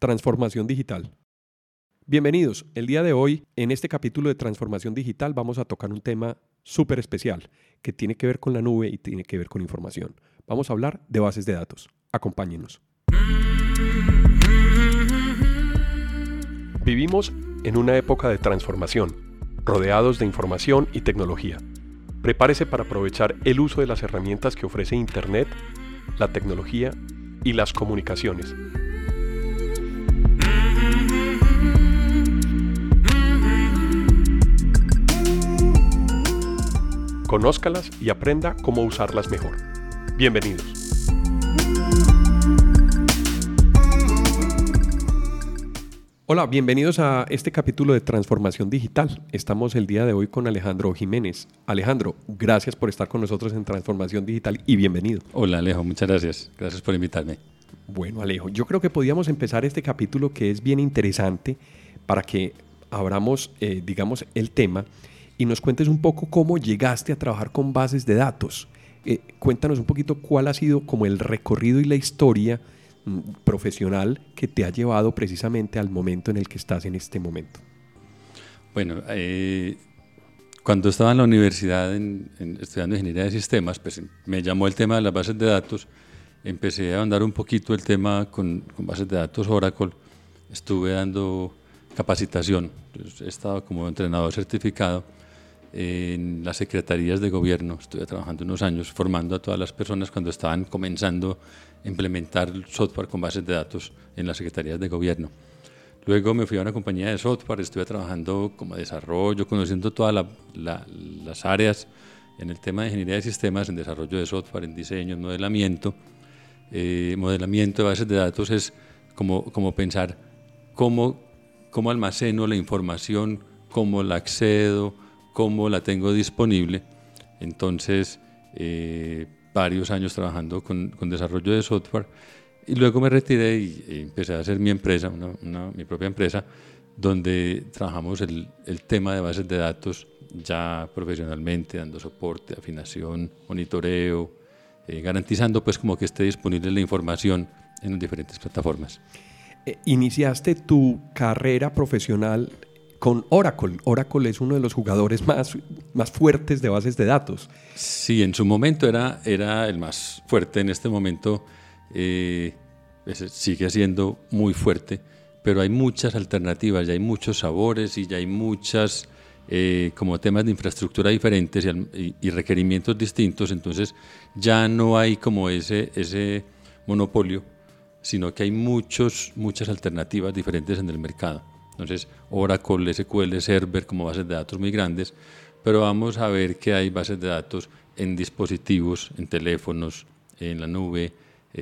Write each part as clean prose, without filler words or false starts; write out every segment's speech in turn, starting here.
Transformación digital. Bienvenidos. El día de hoy, en este capítulo de Transformación digital, vamos a tocar un tema súper especial que tiene que ver con la nube y tiene que ver con información. Vamos a hablar de bases de datos. Acompáñenos. Vivimos en una época de transformación, rodeados de información y tecnología. Prepárese para aprovechar el uso de las herramientas que ofrece Internet, la tecnología y las comunicaciones. Conózcalas y aprenda cómo usarlas mejor. Bienvenidos. Hola, bienvenidos a este capítulo de Transformación Digital. Estamos el día de hoy con Alejandro Jiménez. Alejandro, gracias por estar con nosotros en Transformación Digital y bienvenido. Hola Alejo, muchas gracias. Gracias por invitarme. Bueno Alejo, yo creo que podíamos empezar este capítulo que es bien interesante para que abramos, el tema y nos cuentes un poco cómo llegaste a trabajar con bases de datos. Cuéntanos un poquito cuál ha sido como el recorrido y la historia profesional que te ha llevado precisamente al momento en el que estás en este momento. Bueno, cuando estaba en la universidad estudiando ingeniería de sistemas, pues me llamó el tema de las bases de datos. Empecé a andar un poquito el tema con bases de datos Oracle. Estuve dando capacitación. He estado como entrenador certificado en las secretarías de gobierno. Estuve trabajando unos años formando a todas las personas cuando estaban comenzando a implementar software con bases de datos en las secretarías de gobierno. Luego me fui a una compañía de software, estuve trabajando como desarrollo, conociendo todas las áreas en el tema de ingeniería de sistemas, en desarrollo de software, en diseño, en modelamiento. Modelamiento de bases de datos es como pensar cómo almaceno la información, cómo la accedo, cómo la tengo disponible. Entonces, varios años trabajando con desarrollo de software y luego me retiré y empecé a hacer mi empresa, mi propia empresa, donde trabajamos el tema de bases de datos ya profesionalmente, dando soporte, afinación, monitoreo, garantizando pues como que esté disponible la información en las diferentes plataformas. Iniciaste tu carrera profesional con Oracle. Oracle es uno de los jugadores más fuertes de bases de datos. Sí, en su momento era el más fuerte. En este momento sigue siendo muy fuerte, pero hay muchas alternativas, ya hay muchos sabores y ya hay muchas como temas de infraestructura diferentes y requerimientos distintos. Entonces ya no hay como ese monopolio, sino que hay muchas alternativas diferentes en el mercado. Entonces, Oracle, SQL Server como bases de datos muy grandes, pero vamos a ver que hay bases de datos en dispositivos, en teléfonos, en la nube.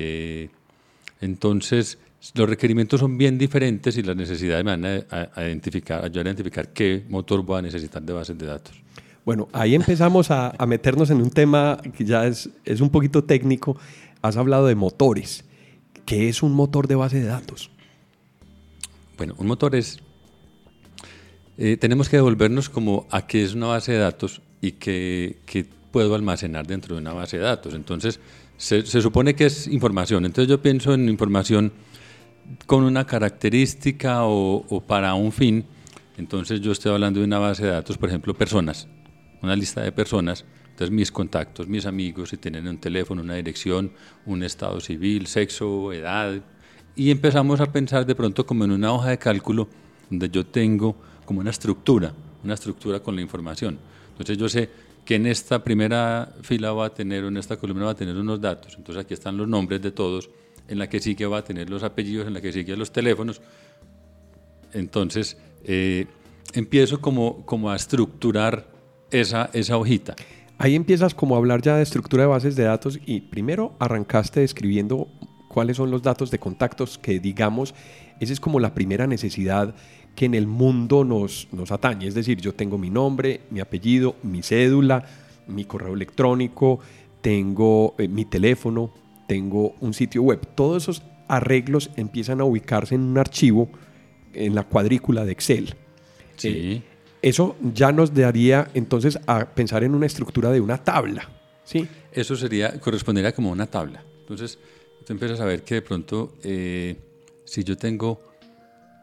Entonces, los requerimientos son bien diferentes y las necesidades me van a ayudar a identificar qué motor voy a necesitar de bases de datos. Bueno, ahí empezamos a meternos en un tema que ya es un poquito técnico. Has hablado de motores. ¿Qué es un motor de base de datos? Bueno, un motor es... tenemos que devolvernos como a qué es una base de datos y qué puedo almacenar dentro de una base de datos. Entonces, se supone que es información. Entonces, yo pienso en información con una característica o para un fin. Entonces, yo estoy hablando de una base de datos, por ejemplo, personas, una lista de personas. Entonces, mis contactos, mis amigos, si tienen un teléfono, una dirección, un estado civil, sexo, edad. Y empezamos a pensar de pronto como en una hoja de cálculo donde yo tengo como una estructura con la información. Entonces yo sé que en esta primera fila va a tener, o en esta columna va a tener unos datos. Entonces aquí están los nombres de todos, en la que sigue va a tener los apellidos, en la que sigue los teléfonos. Entonces empiezo como a estructurar esa hojita. Ahí empiezas como a hablar ya de estructura de bases de datos y primero arrancaste describiendo cuáles son los datos de contactos que, digamos, esa es como la primera necesidad que en el mundo nos atañe. Es decir, yo tengo mi nombre, mi apellido, mi cédula, mi correo electrónico, tengo mi teléfono, tengo un sitio web. Todos esos arreglos empiezan a ubicarse en un archivo en la cuadrícula de Excel. Sí. Eso ya nos daría entonces a pensar en una estructura de una tabla, ¿sí? Eso correspondería como una tabla. Entonces, tú empiezas a ver que de pronto, si yo tengo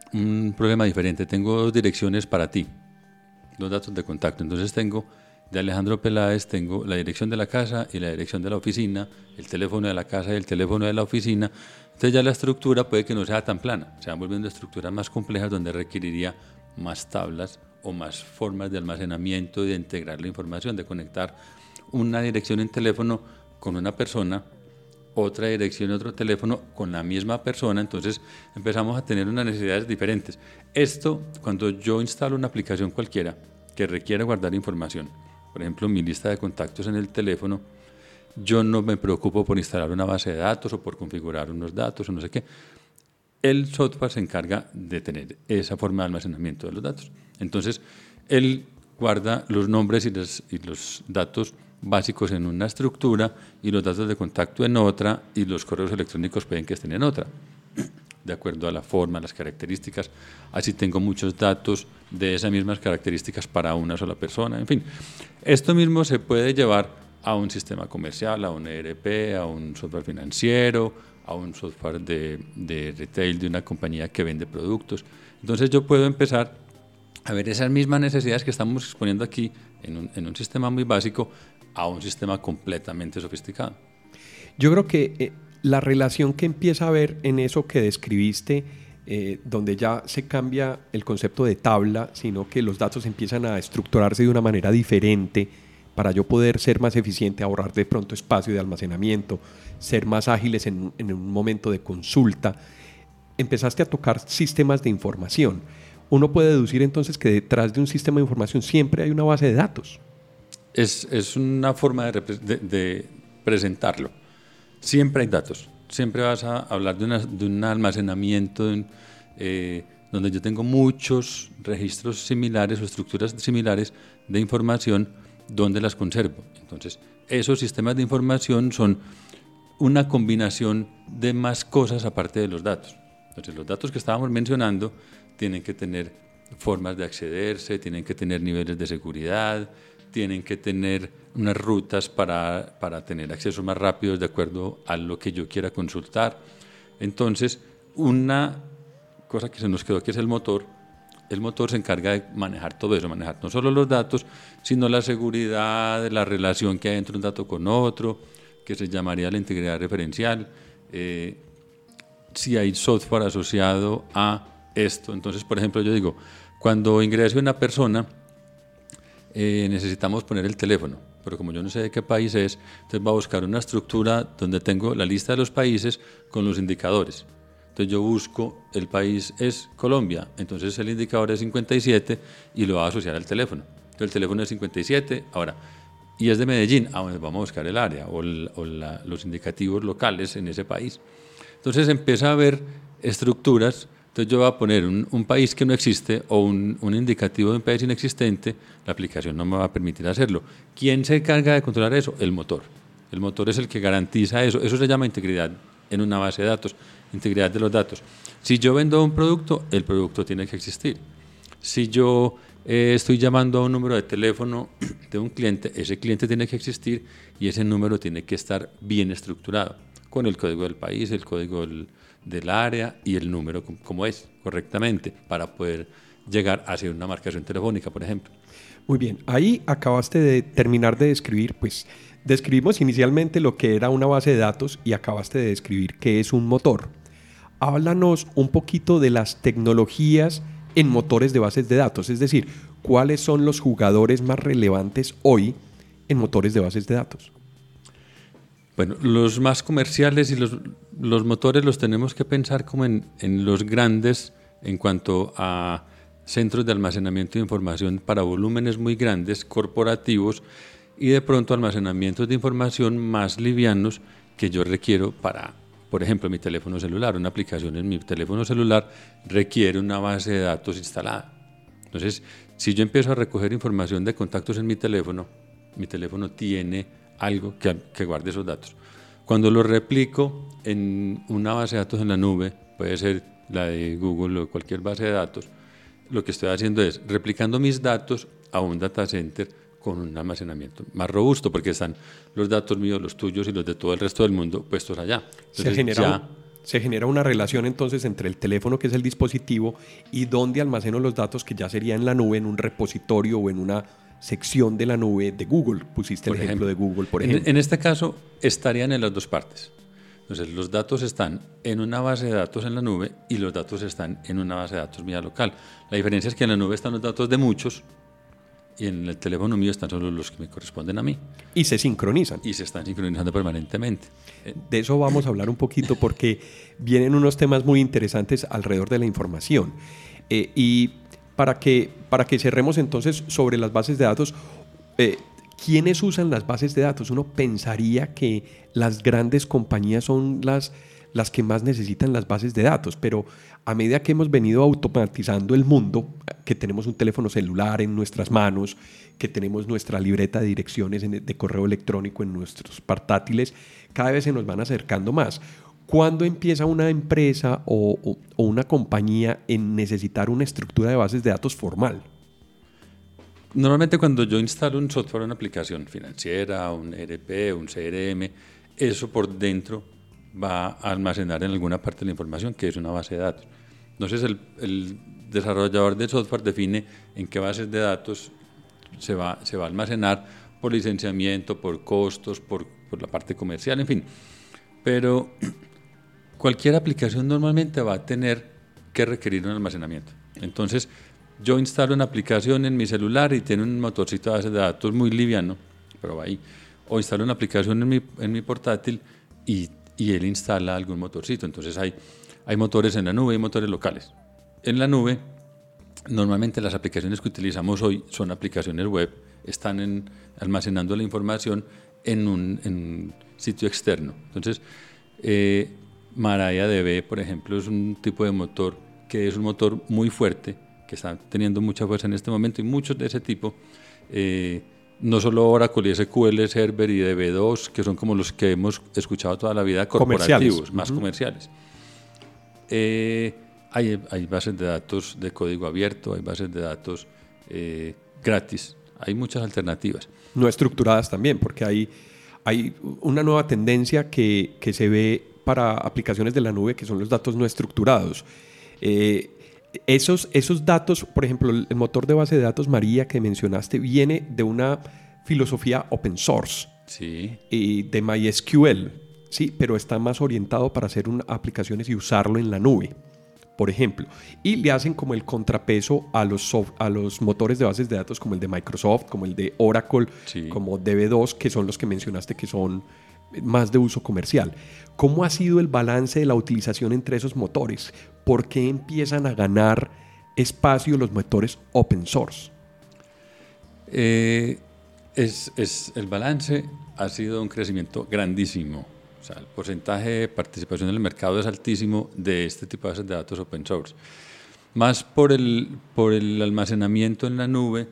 un problema diferente. Tengo 2 direcciones para ti, 2 datos de contacto. Entonces tengo de Alejandro Peláez, tengo la dirección de la casa y la dirección de la oficina, el teléfono de la casa y el teléfono de la oficina. Entonces ya la estructura puede que no sea tan plana, se van volviendo estructuras más complejas donde requeriría más tablas o más formas de almacenamiento y de integrar la información, de conectar una dirección en teléfono con una persona, otra dirección y otro teléfono con la misma persona. Entonces empezamos a tener unas necesidades diferentes. Esto, cuando yo instalo una aplicación cualquiera que requiere guardar información, por ejemplo mi lista de contactos en el teléfono, yo no me preocupo por instalar una base de datos o por configurar unos datos o no sé qué. El software se encarga de tener esa forma de almacenamiento de los datos. Entonces él guarda los nombres y los datos básicos en una estructura y los datos de contacto en otra, y los correos electrónicos pueden que estén en otra, de acuerdo a la forma, las características. Así tengo muchos datos de esas mismas características para una sola persona. En fin, esto mismo se puede llevar a un sistema comercial, a un ERP, a un software financiero, a un software de retail de una compañía que vende productos. Entonces yo puedo empezar a ver esas mismas necesidades que estamos exponiendo aquí en un sistema muy básico a un sistema completamente sofisticado. Yo creo que la relación que empieza a haber en eso que describiste, donde ya se cambia el concepto de tabla, sino que los datos empiezan a estructurarse de una manera diferente para yo poder ser más eficiente, ahorrar de pronto espacio de almacenamiento, ser más ágiles en un momento de consulta. Empezaste a tocar sistemas de información. Uno puede deducir entonces que detrás de un sistema de información siempre hay una base de datos. Es una forma de presentarlo. Siempre hay datos. Siempre vas a hablar de un almacenamiento donde yo tengo muchos registros similares o estructuras similares de información donde las conservo. Entonces, esos sistemas de información son una combinación de más cosas aparte de los datos. Entonces, los datos que estábamos mencionando tienen que tener formas de accederse, tienen que tener niveles de seguridad, tienen que tener unas rutas para tener acceso más rápido de acuerdo a lo que yo quiera consultar. Entonces, una cosa que se nos quedó, que es el motor se encarga de manejar todo eso, manejar no solo los datos, sino la seguridad, la relación que hay entre un dato con otro, que se llamaría la integridad referencial, si hay software asociado a esto. Entonces, por ejemplo, yo digo, cuando ingrese una persona, necesitamos poner el teléfono, pero como yo no sé de qué país es, entonces voy a buscar una estructura donde tengo la lista de los países con los indicadores. Entonces yo busco, el país es Colombia, entonces el indicador es 57 y lo va a asociar al teléfono. Entonces el teléfono es 57, ahora, y es de Medellín, vamos a buscar el área o los indicativos locales en ese país. Entonces empieza a haber estructuras. Entonces yo voy a poner un país que no existe o un indicativo de un país inexistente, la aplicación no me va a permitir hacerlo. ¿Quién se encarga de controlar eso? El motor. El motor es el que garantiza eso. Eso se llama integridad en una base de datos, integridad de los datos. Si yo vendo un producto, el producto tiene que existir. Si yo estoy llamando a un número de teléfono de un cliente, ese cliente tiene que existir y ese número tiene que estar bien estructurado, con el código del país, el código del área y el número como es, correctamente, para poder llegar a hacer una marcación telefónica, por ejemplo. Muy bien, ahí acabaste de terminar de describir, pues describimos inicialmente lo que era una base de datos y acabaste de describir qué es un motor. Háblanos un poquito de las tecnologías en motores de bases de datos, es decir, ¿cuáles son los jugadores más relevantes hoy en motores de bases de datos? Bueno, los más comerciales y los motores los tenemos que pensar como en los grandes en cuanto a centros de almacenamiento de información para volúmenes muy grandes, corporativos, y de pronto almacenamientos de información más livianos que yo requiero para, por ejemplo, mi teléfono celular. Una aplicación en mi teléfono celular requiere una base de datos instalada. Entonces, si yo empiezo a recoger información de contactos en mi teléfono tiene algo que guarde esos datos. Cuando lo replico en una base de datos en la nube, puede ser la de Google o cualquier base de datos, lo que estoy haciendo es replicando mis datos a un data center con un almacenamiento más robusto, porque están los datos míos, los tuyos y los de todo el resto del mundo puestos allá. Entonces, Se genera una relación entonces entre el teléfono, que es el dispositivo, y dónde almaceno los datos, que ya sería en la nube, en un repositorio o en una sección de la nube de Google. Pusiste el ejemplo de Google, por ejemplo. En este caso, estarían en las dos partes. Entonces, los datos están en una base de datos en la nube y los datos están en una base de datos mía local. La diferencia es que en la nube están los datos de muchos y en el teléfono mío están solo los que me corresponden a mí. Y se sincronizan. Y se están sincronizando permanentemente. De eso vamos a hablar un poquito porque vienen unos temas muy interesantes alrededor de la información. Y para que cerremos entonces sobre las bases de datos, ¿quiénes usan las bases de datos? Uno pensaría que las grandes compañías son las que más necesitan las bases de datos, pero a medida que hemos venido automatizando el mundo, que tenemos un teléfono celular en nuestras manos, que tenemos nuestra libreta de direcciones de correo electrónico en nuestros portátiles, cada vez se nos van acercando más. ¿Cuándo empieza una empresa o una compañía en necesitar una estructura de bases de datos formal? Normalmente cuando yo instalo un software, una aplicación financiera, un ERP, un CRM, eso por dentro va a almacenar en alguna parte de la información, que es una base de datos. Entonces el desarrollador de software define en qué bases de datos se va a almacenar por licenciamiento, por costos, por la parte comercial, en fin. Pero cualquier aplicación normalmente va a tener que requerir un almacenamiento. Entonces, yo instalo una aplicación en mi celular y tiene un motorcito de base de datos muy liviano, pero va ahí. O instalo una aplicación en mi portátil y él instala algún motorcito. Entonces hay motores en la nube y motores locales. En la nube, normalmente las aplicaciones que utilizamos hoy son aplicaciones web, están almacenando la información en un sitio externo. Entonces, MariaDB, por ejemplo, es un tipo de motor que es un motor muy fuerte, que está teniendo mucha fuerza en este momento, y muchos de ese tipo, no solo Oracle y SQL Server y DB2, que son como los que hemos escuchado toda la vida, corporativos, más comerciales. Hay bases de datos de código abierto, hay bases de datos gratis, hay muchas alternativas. No estructuradas también, porque hay una nueva tendencia que se ve para aplicaciones de la nube, que son los datos no estructurados. Esos datos, por ejemplo, el motor de base de datos Maria que mencionaste, viene de una filosofía open source, sí, y de MySQL, sí, pero está más orientado para hacer aplicaciones y usarlo en la nube, por ejemplo. Y le hacen como el contrapeso a los motores de bases de datos como el de Microsoft, como el de Oracle, sí, como DB2, que son los que mencionaste que son más de uso comercial. ¿Cómo ha sido el balance de la utilización entre esos motores? ¿Por qué empiezan a ganar espacio los motores open source? El balance ha sido un crecimiento grandísimo. O sea, el porcentaje de participación en el mercado es altísimo de este tipo de bases de datos open source. Más por el almacenamiento en la nube,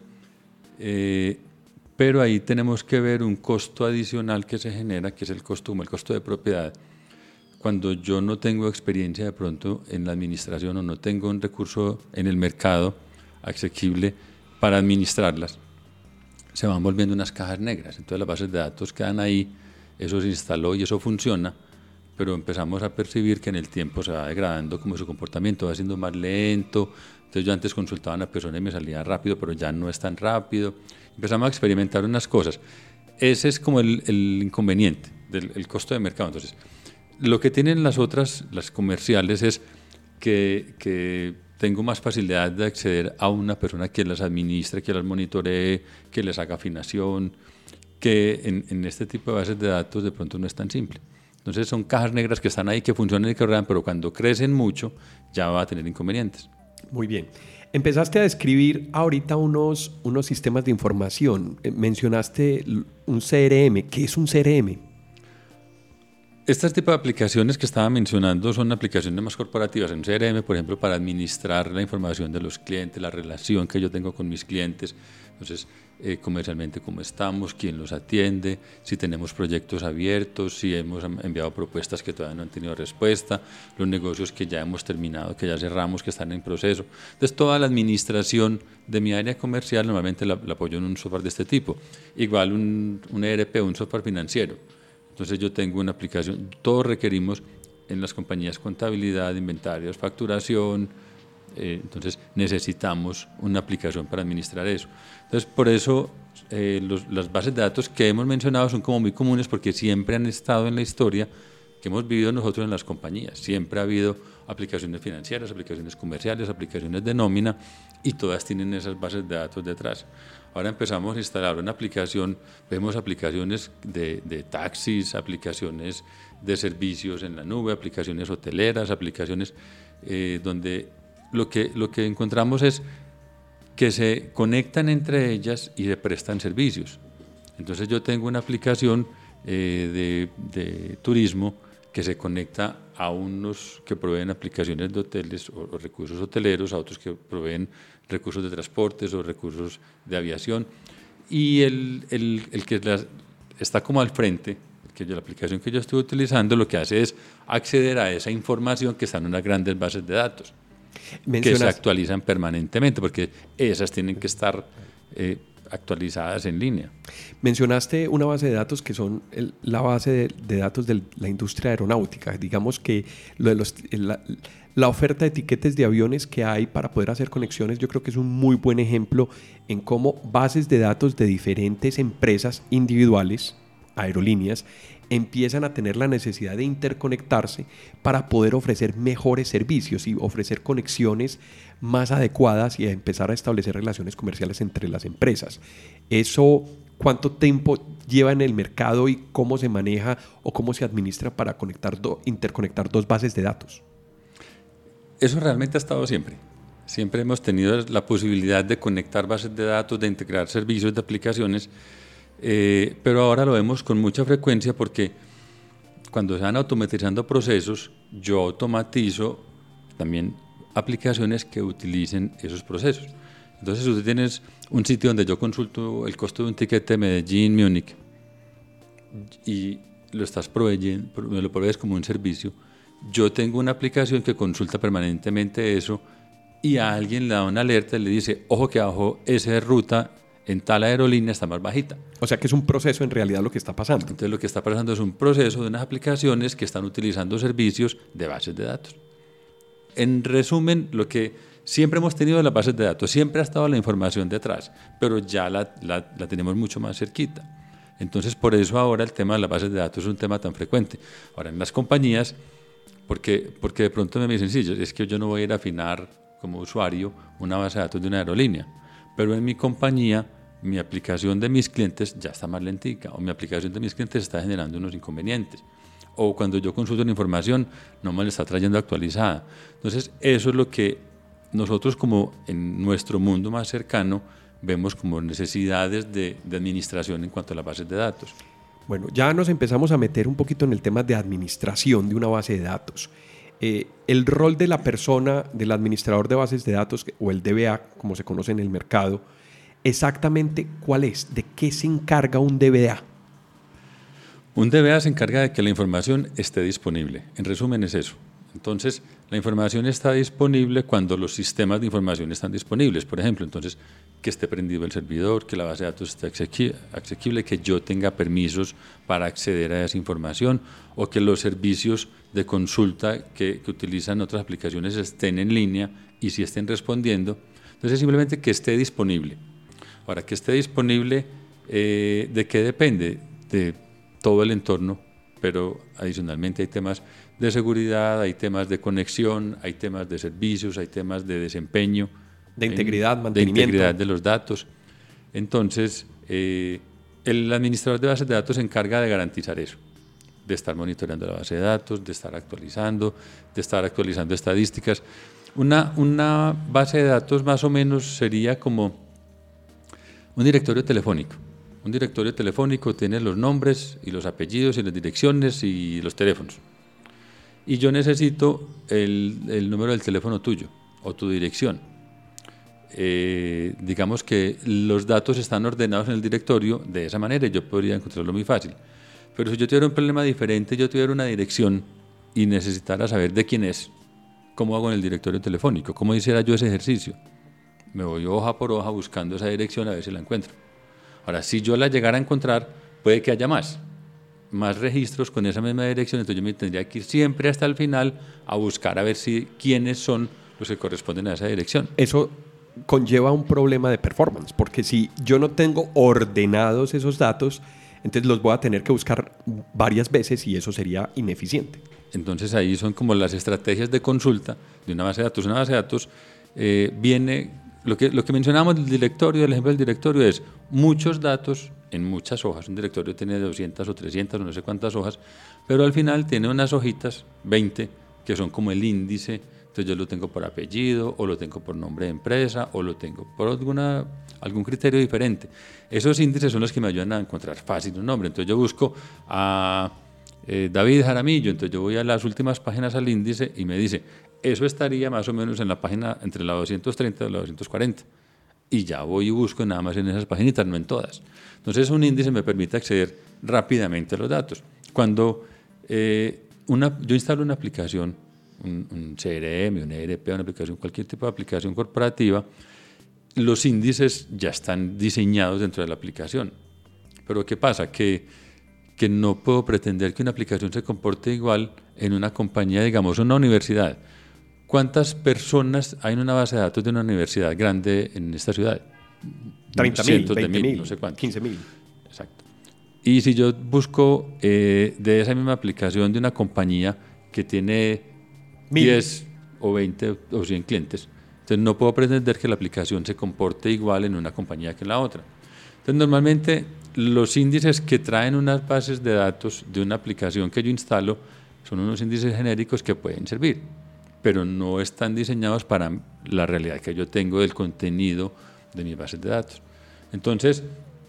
pero ahí tenemos que ver un costo adicional que se genera, que es el costo de propiedad. Cuando yo no tengo experiencia de pronto en la administración o no tengo un recurso en el mercado asequible para administrarlas, se van volviendo unas cajas negras. Entonces las bases de datos quedan ahí, eso se instaló y eso funciona, pero empezamos a percibir que en el tiempo se va degradando como su comportamiento, va siendo más lento. Entonces yo antes consultaba a una persona y me salía rápido, pero ya no es tan rápido. Empezamos a experimentar unas cosas. Ese es como el inconveniente del costo de mercado. Entonces, lo que tienen las otras, las comerciales, es que tengo más facilidad de acceder a una persona que las administre, que las monitoree, que les haga afinación, que en este tipo de bases de datos de pronto no es tan simple. Entonces son cajas negras que están ahí, que funcionan y que ruedan, pero cuando crecen mucho ya va a tener inconvenientes. Muy bien. Empezaste a describir ahorita unos sistemas de información. Mencionaste un CRM. ¿Qué es un CRM? Este tipo de aplicaciones que estaba mencionando son aplicaciones más corporativas. En CRM, por ejemplo, para administrar la información de los clientes, la relación que yo tengo con mis clientes. Entonces, comercialmente cómo estamos, quién los atiende, si tenemos proyectos abiertos, si hemos enviado propuestas que todavía no han tenido respuesta, los negocios que ya hemos terminado, que ya cerramos, que están en proceso. Entonces, toda la administración de mi área comercial normalmente la apoyo en un software de este tipo. Igual un ERP, un software financiero. Entonces yo tengo una aplicación, todos requerimos en las compañías contabilidad, inventarios, facturación. Entonces necesitamos una aplicación para administrar eso. Entonces por eso las bases de datos que hemos mencionado son como muy comunes, porque siempre han estado en la historia que hemos vivido nosotros en las compañías. Siempre ha habido aplicaciones financieras, aplicaciones comerciales, aplicaciones de nómina, y todas tienen esas bases de datos detrás. Ahora empezamos a instalar una aplicación, vemos aplicaciones de taxis, aplicaciones de servicios en la nube, aplicaciones hoteleras, aplicaciones donde lo que encontramos es que se conectan entre ellas y se prestan servicios. Entonces yo tengo una aplicación de turismo que se conecta a unos que proveen aplicaciones de hoteles o recursos hoteleros, a otros que proveen recursos de transportes o recursos de aviación, y el que está como al frente, la aplicación que yo estoy utilizando, lo que hace es acceder a esa información que está en unas grandes bases de datos que se actualizan permanentemente, porque esas tienen que estar actualizadas en línea. Mencionaste una base de datos que son la base de datos de la industria aeronáutica. Digamos que la oferta de etiquetes de aviones que hay para poder hacer conexiones, yo creo que es un muy buen ejemplo en cómo bases de datos de diferentes empresas individuales, aerolíneas, empiezan a tener la necesidad de interconectarse para poder ofrecer mejores servicios y ofrecer conexiones más adecuadas y a empezar a establecer relaciones comerciales entre las empresas. Eso, ¿cuánto tiempo lleva en el mercado y cómo se maneja o cómo se administra para interconectar dos bases de datos? Eso realmente ha estado siempre. Siempre hemos tenido la posibilidad de conectar bases de datos, de integrar servicios de aplicaciones, pero ahora lo vemos con mucha frecuencia porque cuando se van automatizando procesos, yo automatizo también aplicaciones que utilicen esos procesos. Entonces, si tú tienes un sitio donde yo consulto el costo de un tiquete de Medellín, Múnich, y lo estás proveyendo, me lo provees como un servicio, yo tengo una aplicación que consulta permanentemente eso, y a alguien le da una alerta y le dice, ojo que abajo esa ruta en tal aerolínea está más bajita. O sea que es un proceso en realidad lo que está pasando. Entonces lo que está pasando es un proceso de unas aplicaciones que están utilizando servicios de bases de datos. En resumen, lo que siempre hemos tenido de las bases de datos, siempre ha estado la información detrás, pero ya la tenemos mucho más cerquita. Entonces por eso ahora el tema de las bases de datos es un tema tan frecuente. Ahora en las compañías, porque de pronto me dicen, sí, es que yo no voy a ir a afinar como usuario una base de datos de una aerolínea, pero en mi compañía mi aplicación de mis clientes ya está más lentica, o mi aplicación de mis clientes está generando unos inconvenientes, o cuando yo consulto una información no me la está trayendo actualizada. Entonces eso es lo que nosotros como en nuestro mundo más cercano vemos como necesidades de administración en cuanto a las bases de datos. Bueno, ya nos empezamos a meter un poquito en el tema de administración de una base de datos. El rol de la persona, del administrador de bases de datos, o el DBA, como se conoce en el mercado, exactamente cuál es, de qué se encarga un DBA. Un DBA se encarga de que la información esté disponible. En resumen es eso. Entonces, la información está disponible cuando los sistemas de información están disponibles. Por ejemplo, entonces, que esté prendido el servidor, que la base de datos esté asequible, que yo tenga permisos para acceder a esa información, o que los servicios de consulta que utilizan otras aplicaciones estén en línea y si estén respondiendo. Entonces, simplemente que esté disponible. Ahora, que esté disponible, ¿de qué depende? De todo el entorno, pero adicionalmente hay temas de seguridad, hay temas de conexión, hay temas de servicios, hay temas de desempeño, de integridad, mantenimiento. De integridad de los datos. Entonces, el administrador de bases de datos se encarga de garantizar eso, de estar monitoreando la base de datos, de estar actualizando estadísticas. Una base de datos más o menos sería como un directorio telefónico. Un directorio telefónico tiene los nombres y los apellidos y las direcciones y los teléfonos. Y yo necesito el número del teléfono tuyo o tu dirección. Digamos que los datos están ordenados en el directorio de esa manera y yo podría encontrarlo muy fácil. Pero si yo tuviera un problema diferente, yo tuviera una dirección y necesitara saber de quién es, ¿cómo hago en el directorio telefónico? ¿Cómo hiciera yo ese ejercicio? Me voy hoja por hoja buscando esa dirección a ver si la encuentro. Ahora, si yo la llegara a encontrar, puede que haya más, más registros con esa misma dirección, entonces yo me tendría que ir siempre hasta el final a buscar a ver quiénes son los que corresponden a esa dirección. Eso conlleva un problema de performance, porque si yo no tengo ordenados esos datos, entonces los voy a tener que buscar varias veces y eso sería ineficiente. Entonces ahí son como las estrategias de consulta de una base de datos. Una base de datos viene, lo que mencionábamos del directorio, el ejemplo del directorio es muchos datos en muchas hojas. Un directorio tiene 200 o 300 o no sé cuántas hojas, pero al final tiene unas hojitas, 20, que son como el índice. Entonces yo lo tengo por apellido, o lo tengo por nombre de empresa, o lo tengo por algún criterio diferente. Esos índices son los que me ayudan a encontrar fácil un nombre. Entonces yo busco a David Jaramillo, entonces yo voy a las últimas páginas al índice y me dice, eso estaría más o menos en la página entre la 230 y la 240. Y ya voy y busco nada más en esas paginitas, no en todas. Entonces un índice me permite acceder rápidamente a los datos. Cuando yo instalo una aplicación, un CRM, un ERP, una aplicación, cualquier tipo de aplicación corporativa, los índices ya están diseñados dentro de la aplicación. Pero ¿qué pasa? Que no puedo pretender que una aplicación se comporte igual en una compañía, digamos, una universidad. ¿Cuántas personas hay en una base de datos de una universidad grande en esta ciudad? 30.000, 20.000, no sé cuántos. 15.000. Exacto. Y si yo busco de esa misma aplicación de una compañía que tiene 10 o 20 o 100 clientes, entonces no puedo pretender que la aplicación se comporte igual en una compañía que en la otra. Entonces normalmente los índices que traen unas bases de datos de una aplicación que yo instalo son unos índices genéricos que pueden servir, pero no están diseñados para la realidad que yo tengo del contenido de mis bases de datos. Entonces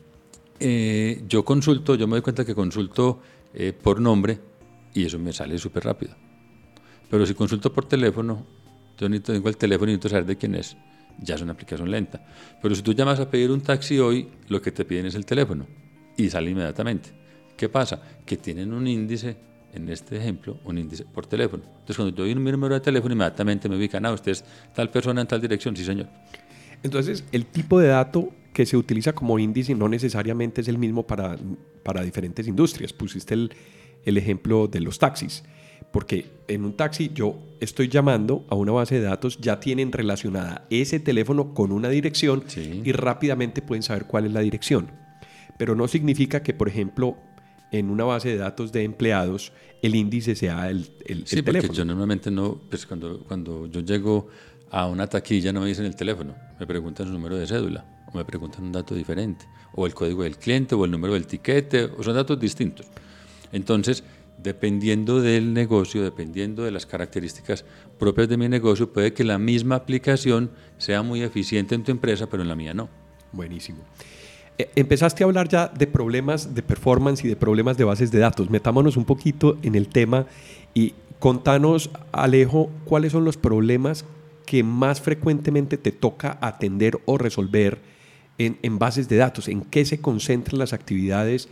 yo me doy cuenta que consulto por nombre y eso me sale súper rápido. Pero si consulto por teléfono, yo tengo el teléfono y necesito saber de quién es. Ya es una aplicación lenta. Pero si tú llamas a pedir un taxi hoy, lo que te piden es el teléfono y sale inmediatamente. ¿Qué pasa? Que tienen un índice, en este ejemplo, un índice por teléfono. Entonces cuando yo doy un número de teléfono, inmediatamente me ubican, usted es tal persona en tal dirección, sí señor. Entonces el tipo de dato que se utiliza como índice no necesariamente es el mismo para diferentes industrias. Pusiste el ejemplo de los taxis. Porque en un taxi yo estoy llamando a una base de datos, ya tienen relacionada ese teléfono con una dirección, sí, y rápidamente pueden saber cuál es la dirección. Pero no significa que, por ejemplo, en una base de datos de empleados el índice sea el sí, teléfono. Porque yo normalmente no, pues cuando yo llego a una taquilla no me dicen el teléfono, me preguntan su número de cédula, o me preguntan un dato diferente, o el código del cliente, o el número del tiquete, o son datos distintos. Entonces, dependiendo del negocio, dependiendo de las características propias de mi negocio, puede que la misma aplicación sea muy eficiente en tu empresa, pero en la mía no. Buenísimo. Empezaste a hablar ya de problemas de performance y de problemas de bases de datos. Metámonos un poquito en el tema y contanos, Alejo, cuáles son los problemas que más frecuentemente te toca atender o resolver en bases de datos. ¿En qué se concentran las actividades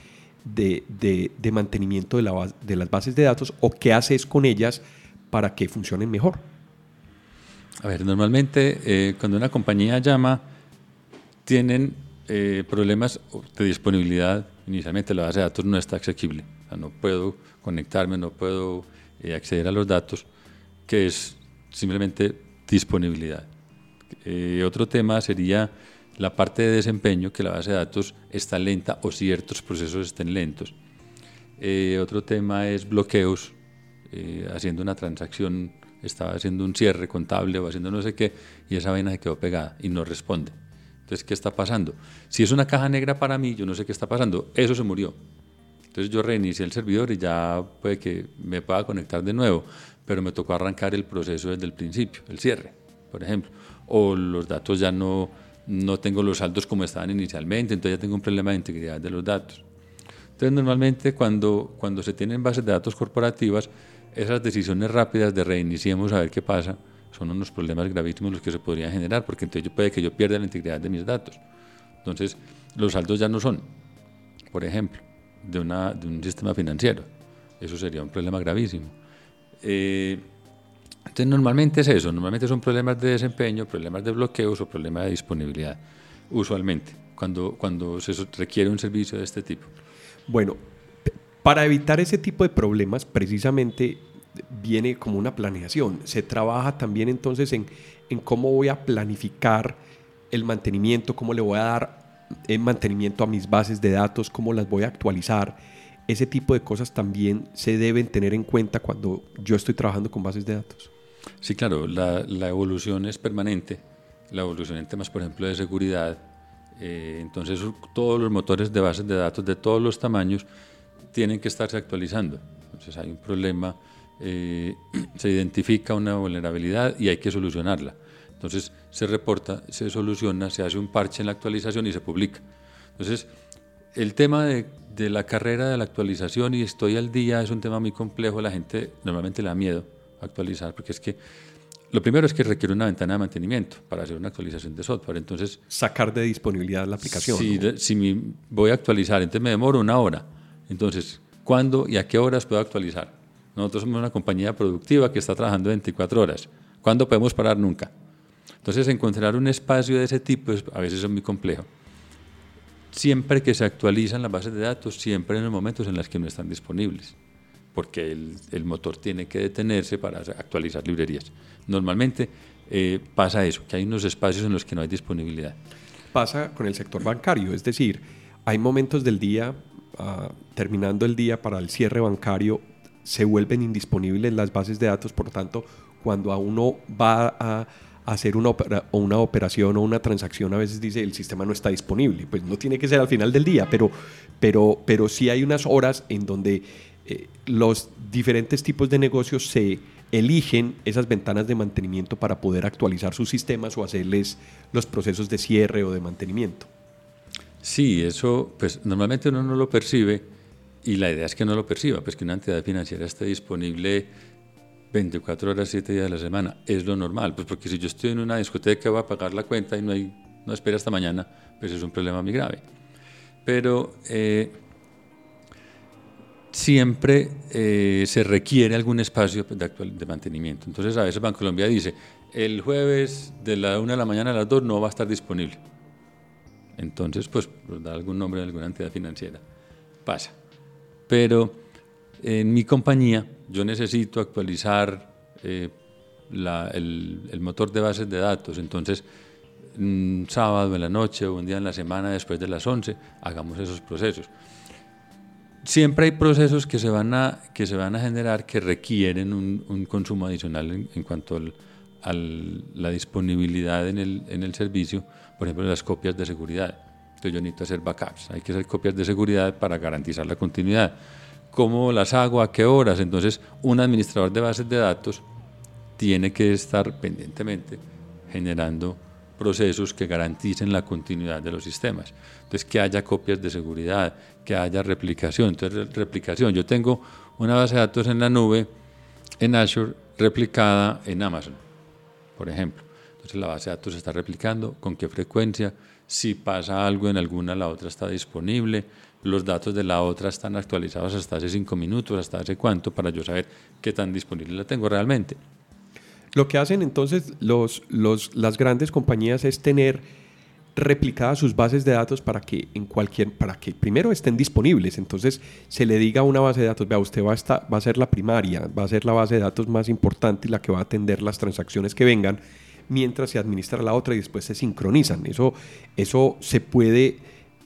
de mantenimiento de las bases de datos o qué haces con ellas para que funcionen mejor? A ver, normalmente cuando una compañía llama, tienen problemas de disponibilidad. Inicialmente la base de datos no está asequible, o sea, no puedo conectarme, no puedo acceder a los datos, que es simplemente disponibilidad. Otro tema sería la parte de desempeño, que la base de datos está lenta o ciertos procesos estén lentos. Otro tema es bloqueos, haciendo una transacción, estaba haciendo un cierre contable o haciendo no sé qué, y esa vaina se quedó pegada y no responde. Entonces, ¿qué está pasando? Si es una caja negra para mí, yo no sé qué está pasando, eso se murió. Entonces yo reinicié el servidor y ya puede que me pueda conectar de nuevo, pero me tocó arrancar el proceso desde el principio, el cierre, por ejemplo. O los datos ya no tengo los saldos como estaban inicialmente, entonces ya tengo un problema de integridad de los datos. Entonces normalmente cuando se tienen bases de datos corporativas, esas decisiones rápidas de reiniciemos a ver qué pasa, son unos problemas gravísimos los que se podrían generar, porque entonces puede que yo pierda la integridad de mis datos. Entonces los saldos ya no son, por ejemplo, de un sistema financiero. Eso sería un problema gravísimo. Entonces normalmente es eso, normalmente son problemas de desempeño, problemas de bloqueos o problemas de disponibilidad, usualmente, cuando se requiere un servicio de este tipo. Bueno, Para evitar ese tipo de problemas, precisamente viene como una planeación. Se trabaja también entonces en cómo voy a planificar el mantenimiento, cómo le voy a dar mantenimiento a mis bases de datos, cómo las voy a actualizar. Ese tipo de cosas también se deben tener en cuenta cuando yo estoy trabajando con bases de datos. Sí, claro, la evolución es permanente. La evolución en temas, por ejemplo, de seguridad. Entonces, todos los motores de bases de datos de todos los tamaños tienen que estarse actualizando. Entonces, hay un problema, se identifica una vulnerabilidad y hay que solucionarla. Entonces, se reporta, se soluciona, se hace un parche en la actualización y se publica. Entonces, el tema de la carrera de la actualización y estoy al día es un tema muy complejo. La gente normalmente le da miedo actualizar, porque es que lo primero es que requiere una ventana de mantenimiento para hacer una actualización de software. Entonces, sacar de disponibilidad la aplicación. Si voy a actualizar, entonces me demoro 1 hora. Entonces, ¿cuándo y a qué horas puedo actualizar? Nosotros somos una compañía productiva que está trabajando 24 horas. ¿Cuándo podemos parar? Nunca. Entonces, encontrar un espacio de ese tipo a veces es muy complejo. Siempre que se actualizan las bases de datos, siempre en los momentos en los que no están disponibles, porque el motor tiene que detenerse para actualizar librerías. Normalmente pasa eso, que hay unos espacios en los que no hay disponibilidad. Pasa con el sector bancario, es decir, hay momentos del día, terminando el día para el cierre bancario, se vuelven indisponibles las bases de datos, por lo tanto, cuando a uno va a hacer una operación o una transacción, a veces dice el sistema no está disponible. Pues no tiene que ser al final del día, pero sí hay unas horas en donde los diferentes tipos de negocios se eligen esas ventanas de mantenimiento para poder actualizar sus sistemas o hacerles los procesos de cierre o de mantenimiento. Sí, eso pues normalmente uno no lo percibe y la idea es que no lo perciba, pues que una entidad financiera esté disponible 24 horas, 7 días de la semana, es lo normal, pues porque si yo estoy en una discoteca voy a pagar la cuenta y no espera hasta mañana, pues es un problema muy grave. Pero siempre se requiere algún espacio de mantenimiento. Entonces a veces Bancolombia dice, el jueves de la 1 de la mañana a las 2 no va a estar disponible. Entonces, pues da algún nombre de alguna entidad financiera. Pasa. Pero en mi compañía yo necesito actualizar el motor de bases de datos. Entonces, un sábado en la noche o un día en la semana después de las 11, hagamos esos procesos. Siempre hay procesos que se van a generar que requieren un consumo adicional en cuanto a la disponibilidad en el servicio, por ejemplo, las copias de seguridad. Entonces yo necesito hacer backups, hay que hacer copias de seguridad para garantizar la continuidad. ¿Cómo las hago? ¿A qué horas? Entonces, un administrador de bases de datos tiene que estar pendientemente generando procesos que garanticen la continuidad de los sistemas. Entonces, que haya copias de seguridad, que haya replicación. Entonces, replicación. Yo tengo una base de datos en la nube, en Azure, replicada en Amazon, por ejemplo. Entonces, la base de datos se está replicando, con qué frecuencia, si pasa algo en alguna, la otra está disponible, los datos de la otra están actualizados hasta hace 5 minutos, hasta hace cuánto, para yo saber qué tan disponible la tengo realmente. Lo que hacen entonces las grandes compañías es tener replicadas sus bases de datos para que primero estén disponibles. Entonces se le diga a una base de datos, vea, usted va a ser la primaria, va a ser la base de datos más importante y la que va a atender las transacciones que vengan, mientras se administra la otra y después se sincronizan. Eso se puede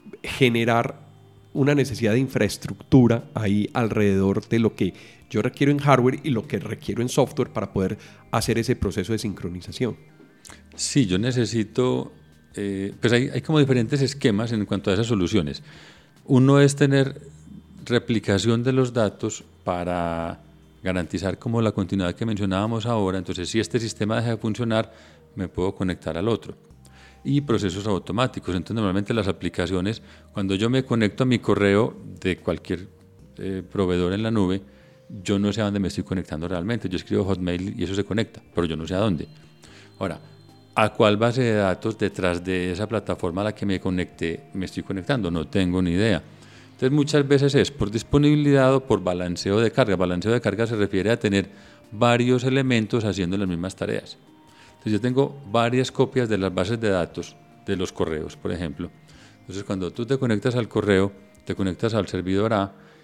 generar una necesidad de infraestructura ahí alrededor de lo que yo requiero en hardware y lo que requiero en software para poder hacer ese proceso de sincronización. Sí, yo necesito, pues hay como diferentes esquemas en cuanto a esas soluciones. Uno es tener replicación de los datos para garantizar como la continuidad que mencionábamos ahora. Entonces, si este sistema deja de funcionar, me puedo conectar al otro. Y procesos automáticos. Entonces, normalmente las aplicaciones, cuando yo me conecto a mi correo de cualquier proveedor en la nube, yo no sé a dónde me estoy conectando realmente. Yo escribo Hotmail y eso se conecta, pero yo no sé a dónde. Ahora, ¿a cuál base de datos detrás de esa plataforma a la que me conecté me estoy conectando? No tengo ni idea. Entonces, muchas veces es por disponibilidad o por balanceo de carga. Balanceo de carga se refiere a tener varios elementos haciendo las mismas tareas. Entonces, yo tengo varias copias de las bases de datos de los correos, por ejemplo. Entonces, cuando tú te conectas al correo, te conectas al servidor A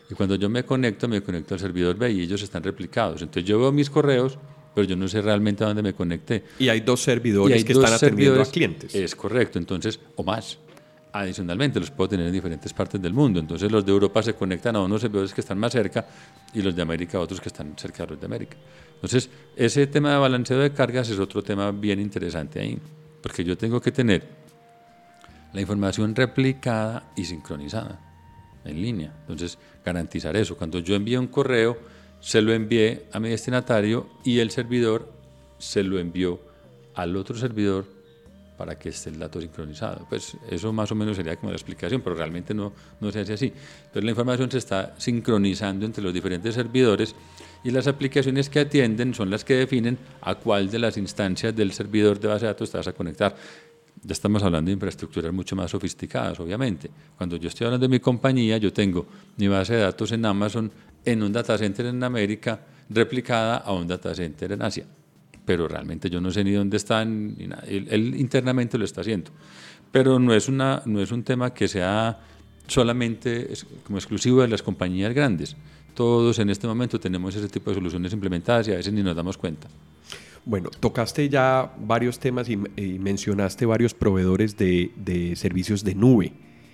Y cuando yo me conecto al servidor B y ellos están replicados. Entonces yo veo mis correos, pero yo no sé realmente a dónde me conecté. Y hay dos servidores que están atendiendo a clientes. Es correcto, entonces, o más. Adicionalmente, los puedo tener en diferentes partes del mundo. Entonces los de Europa se conectan a unos servidores que están más cerca y los de América a otros que están cerca de los de América. Entonces, ese tema de balanceo de cargas es otro tema bien interesante ahí, porque yo tengo que tener la información replicada y sincronizada en línea. Entonces, garantizar eso. Cuando yo envío un correo, se lo envié a mi destinatario y el servidor se lo envió al otro servidor para que esté el dato sincronizado. Pues eso más o menos sería como la explicación, pero realmente no se hace así. Entonces la información se está sincronizando entre los diferentes servidores y las aplicaciones que atienden son las que definen a cuál de las instancias del servidor de base de datos te vas a conectar. Ya estamos hablando de infraestructuras mucho más sofisticadas, obviamente. Cuando yo estoy hablando de mi compañía, yo tengo mi base de datos en Amazon, en un data center en América, replicada a un data center en Asia. Pero realmente yo no sé ni dónde están, ni nada. Él internamente lo está haciendo. Pero no es un tema que sea solamente como exclusivo de las compañías grandes. Todos en este momento tenemos ese tipo de soluciones implementadas y a veces ni nos damos cuenta. Bueno, tocaste ya varios temas y mencionaste varios proveedores de servicios de nube.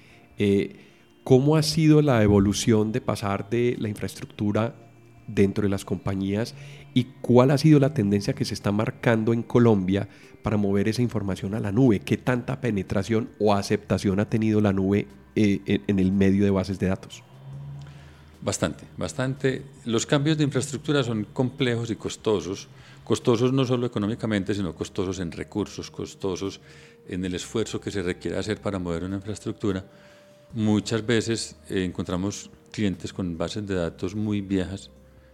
¿Cómo ha sido la evolución de pasar de la infraestructura dentro de las compañías y cuál ha sido la tendencia que se está marcando en Colombia para mover esa información a la nube? ¿Qué tanta penetración o aceptación ha tenido la nube en el medio de bases de datos? Bastante. Los cambios de infraestructura son complejos y costosos. Costosos no solo económicamente, sino costosos en recursos, costosos en el esfuerzo que se requiere hacer para mover una infraestructura. Muchas veces encontramos clientes con bases de datos muy viejas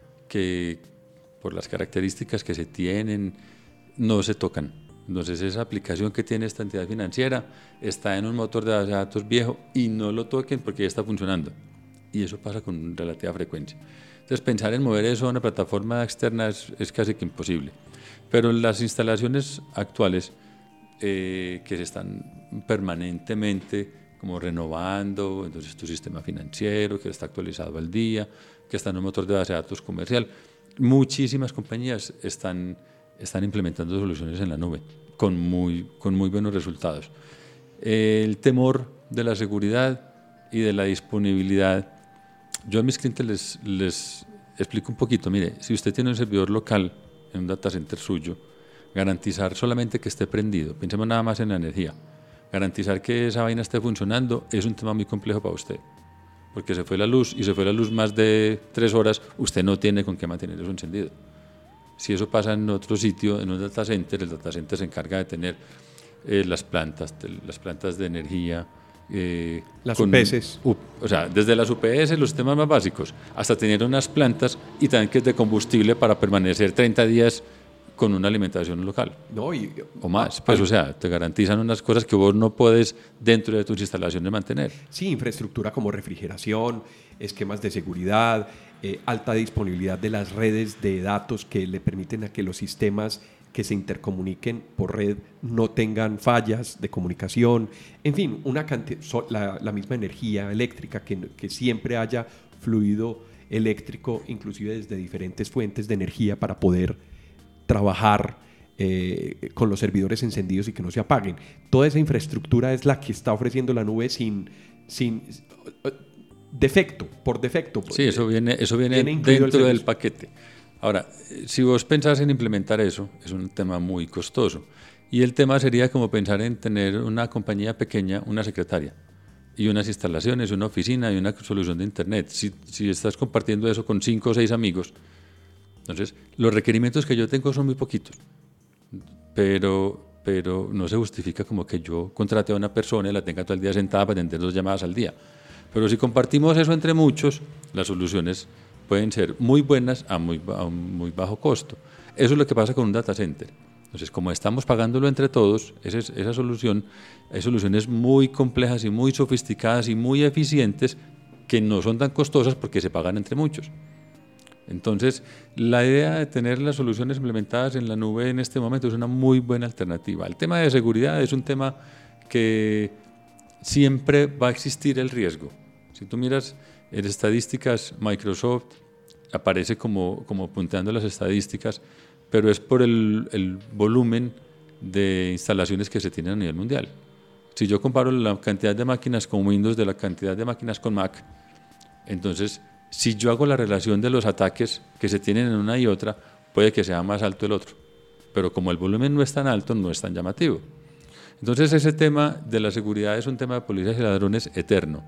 que por las características que se tienen no se tocan. Entonces esa aplicación que tiene esta entidad financiera está en un motor de base de datos viejo y no lo toquen porque ya está funcionando. Y eso pasa con relativa frecuencia. Entonces pensar en mover eso a una plataforma externa es casi que imposible. Pero las instalaciones actuales que se están permanentemente como renovando, entonces tu sistema financiero que está actualizado al día, que está en un motor de base de datos comercial, muchísimas compañías están implementando soluciones en la nube con muy buenos resultados. El temor de la seguridad y de la disponibilidad, yo a mis clientes les explico un poquito. Mire, si usted tiene un servidor local en un data center suyo, garantizar solamente que esté prendido, pensemos nada más en la energía, garantizar que esa vaina esté funcionando es un tema muy complejo para usted, porque se fue la luz y se fue la luz más de 3 horas, usted no tiene con qué mantener eso encendido. Si eso pasa en otro sitio, en un data center, el data center se encarga de tener las plantas de energía, las UPS. O sea, desde las UPS, los sistemas más básicos, hasta tener unas plantas y tanques de combustible para permanecer 30 días con una alimentación local. No, o más. Pues, o sea, te garantizan unas cosas que vos no puedes dentro de tus instalaciones mantener. Sí, infraestructura como refrigeración, esquemas de seguridad, alta disponibilidad de las redes de datos que le permiten a que los sistemas que se intercomuniquen por red no tengan fallas de comunicación, en fin, la misma energía eléctrica, que siempre haya fluido eléctrico, inclusive desde diferentes fuentes de energía para poder trabajar con los servidores encendidos y que no se apaguen. Toda esa infraestructura es la que está ofreciendo la nube sin defecto, por defecto. Sí, eso viene dentro del paquete. Ahora, si vos pensás en implementar eso, es un tema muy costoso. Y el tema sería como pensar en tener una compañía pequeña, una secretaria, y unas instalaciones, una oficina y una solución de internet. Si estás compartiendo eso con 5 o 6 amigos, entonces los requerimientos que yo tengo son muy poquitos. Pero no se justifica como que yo contrate a una persona y la tenga todo el día sentada para atender 2 llamadas al día. Pero si compartimos eso entre muchos, las soluciones pueden ser muy buenas a muy bajo costo. Eso es lo que pasa con un data center. Entonces, como estamos pagándolo entre todos, esa solución, hay soluciones muy complejas y muy sofisticadas y muy eficientes que no son tan costosas porque se pagan entre muchos. Entonces, la idea de tener las soluciones implementadas en la nube en este momento es una muy buena alternativa. El tema de seguridad es un tema que siempre va a existir el riesgo. Si tú miras En estadísticas, Microsoft aparece como punteando las estadísticas, pero es por el volumen de instalaciones que se tienen a nivel mundial. Si yo comparo la cantidad de máquinas con Windows de la cantidad de máquinas con Mac, entonces si yo hago la relación de los ataques que se tienen en una y otra, puede que sea más alto el otro. Pero como el volumen no es tan alto, no es tan llamativo. Entonces ese tema de la seguridad es un tema de policías y ladrones eterno.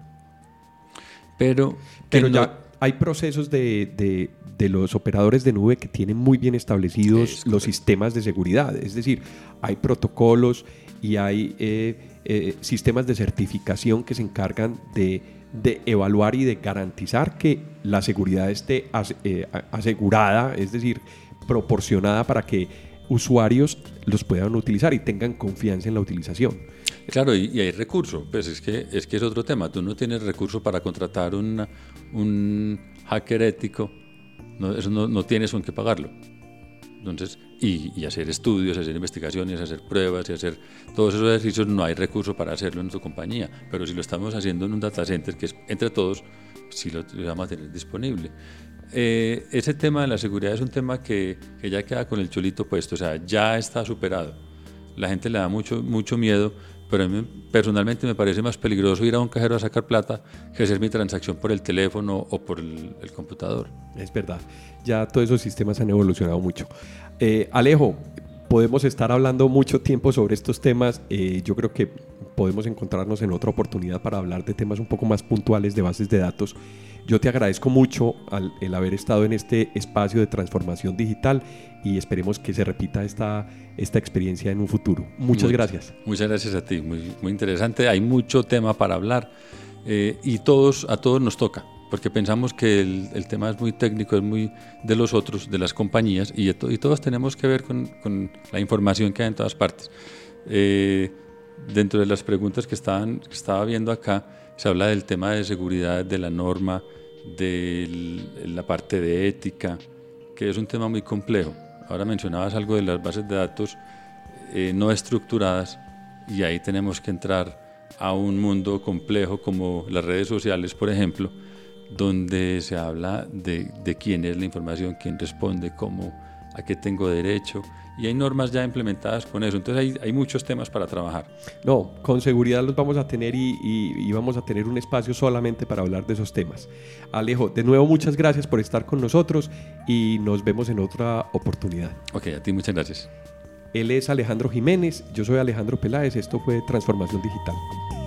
Pero ya hay procesos de los operadores de nube que tienen muy bien establecidos los sistemas de seguridad. Es decir, hay protocolos y hay sistemas de certificación que se encargan de evaluar y de garantizar que la seguridad esté asegurada, es decir, proporcionada para que usuarios los puedan utilizar y tengan confianza en la utilización. Claro, y hay recurso, pues es que es otro tema. Tú no tienes recurso para contratar un hacker ético, eso no tienes con qué pagarlo. Entonces, y hacer estudios, hacer investigaciones, hacer pruebas y hacer todos esos ejercicios, no hay recurso para hacerlo en tu compañía. Pero si lo estamos haciendo en un data center, que es entre todos, sí lo vamos a tener disponible. Ese tema de la seguridad es un tema que ya queda con el cholito puesto, o sea, ya está superado. La gente le da mucho miedo, pero a mí personalmente me parece más peligroso ir a un cajero a sacar plata que hacer mi transacción por el teléfono o por el computador. Es verdad, ya todos esos sistemas han evolucionado mucho. Alejo, podemos estar hablando mucho tiempo sobre estos temas. Yo creo que podemos encontrarnos en otra oportunidad para hablar de temas un poco más puntuales de bases de datos. Yo te agradezco mucho el haber estado en este espacio de transformación digital y esperemos que se repita esta experiencia en un futuro. Muchas gracias. Muchas gracias a ti, muy interesante. Hay mucho tema para hablar y a todos nos toca, porque pensamos que el tema es muy técnico, es muy de los otros, de las compañías, y todos tenemos que ver con la información que hay en todas partes. Dentro de las preguntas que estaba viendo acá, se habla del tema de seguridad, de la norma, de la parte de ética, que es un tema muy complejo. Ahora mencionabas algo de las bases de datos no estructuradas, y ahí tenemos que entrar a un mundo complejo como las redes sociales, por ejemplo, donde se habla de quién es la información, quién responde, cómo, a qué tengo derecho, y hay normas ya implementadas con eso. Entonces hay muchos temas para trabajar. No, con seguridad los vamos a tener y vamos a tener un espacio solamente para hablar de esos temas. Alejo, de nuevo muchas gracias por estar con nosotros y nos vemos en otra oportunidad. Ok, a ti muchas gracias. Él es Alejandro Jiménez, yo soy Alejandro Peláez, esto fue Transformación Digital.